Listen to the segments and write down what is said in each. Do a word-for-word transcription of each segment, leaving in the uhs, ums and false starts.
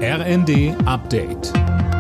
R N D Update.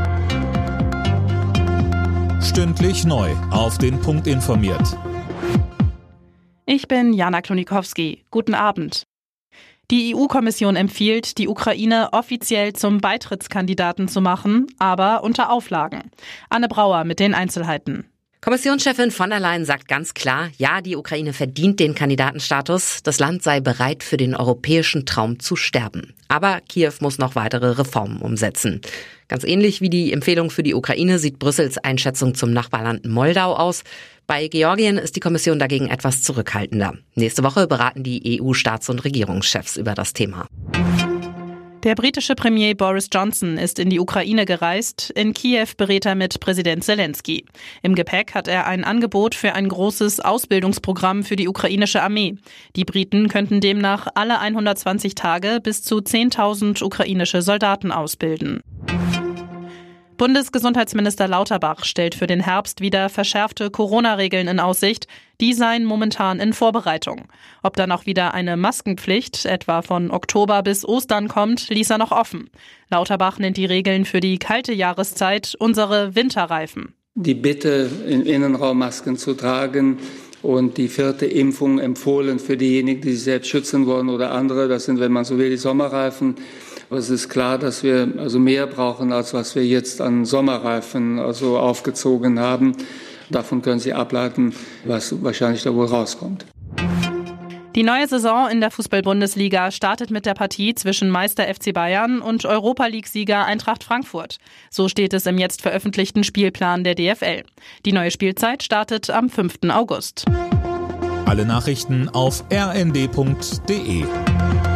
Stündlich neu auf den Punkt informiert. Ich bin Jana Klonikowski. Guten Abend. Die E U-Kommission empfiehlt, die Ukraine offiziell zum Beitrittskandidaten zu machen, aber unter Auflagen. Anne Brauer mit den Einzelheiten. Kommissionschefin von der Leyen sagt ganz klar, ja, die Ukraine verdient den Kandidatenstatus. Das Land sei bereit, für den europäischen Traum zu sterben. Aber Kiew muss noch weitere Reformen umsetzen. Ganz ähnlich wie die Empfehlung für die Ukraine sieht Brüssels Einschätzung zum Nachbarland Moldau aus. Bei Georgien ist die Kommission dagegen etwas zurückhaltender. Nächste Woche beraten die E U-Staats- und Regierungschefs über das Thema. Der britische Premier Boris Johnson ist in die Ukraine gereist. In Kiew berät er mit Präsident Zelensky. Im Gepäck hat er ein Angebot für ein großes Ausbildungsprogramm für die ukrainische Armee. Die Briten könnten demnach alle hundertzwanzig Tage bis zu zehntausend ukrainische Soldaten ausbilden. Bundesgesundheitsminister Lauterbach stellt für den Herbst wieder verschärfte Corona-Regeln in Aussicht. Die seien momentan in Vorbereitung. Ob dann auch wieder eine Maskenpflicht, etwa von Oktober bis Ostern kommt, ließ er noch offen. Lauterbach nennt die Regeln für die kalte Jahreszeit unsere Winterreifen. Die Bitte, im Innenraum Masken zu tragen und die vierte Impfung empfohlen für diejenigen, die sich selbst schützen wollen oder andere, das sind, wenn man so will, die Sommerreifen. Aber es ist klar, dass wir also mehr brauchen, als was wir jetzt an Sommerreifen also aufgezogen haben. Davon können Sie ableiten, was wahrscheinlich da wohl rauskommt. Die neue Saison in der Fußball-Bundesliga startet mit der Partie zwischen Meister F C Bayern und Europa-League-Sieger Eintracht Frankfurt. So steht es im jetzt veröffentlichten Spielplan der D F L. Die neue Spielzeit startet am fünften August. Alle Nachrichten auf r n d punkt d e.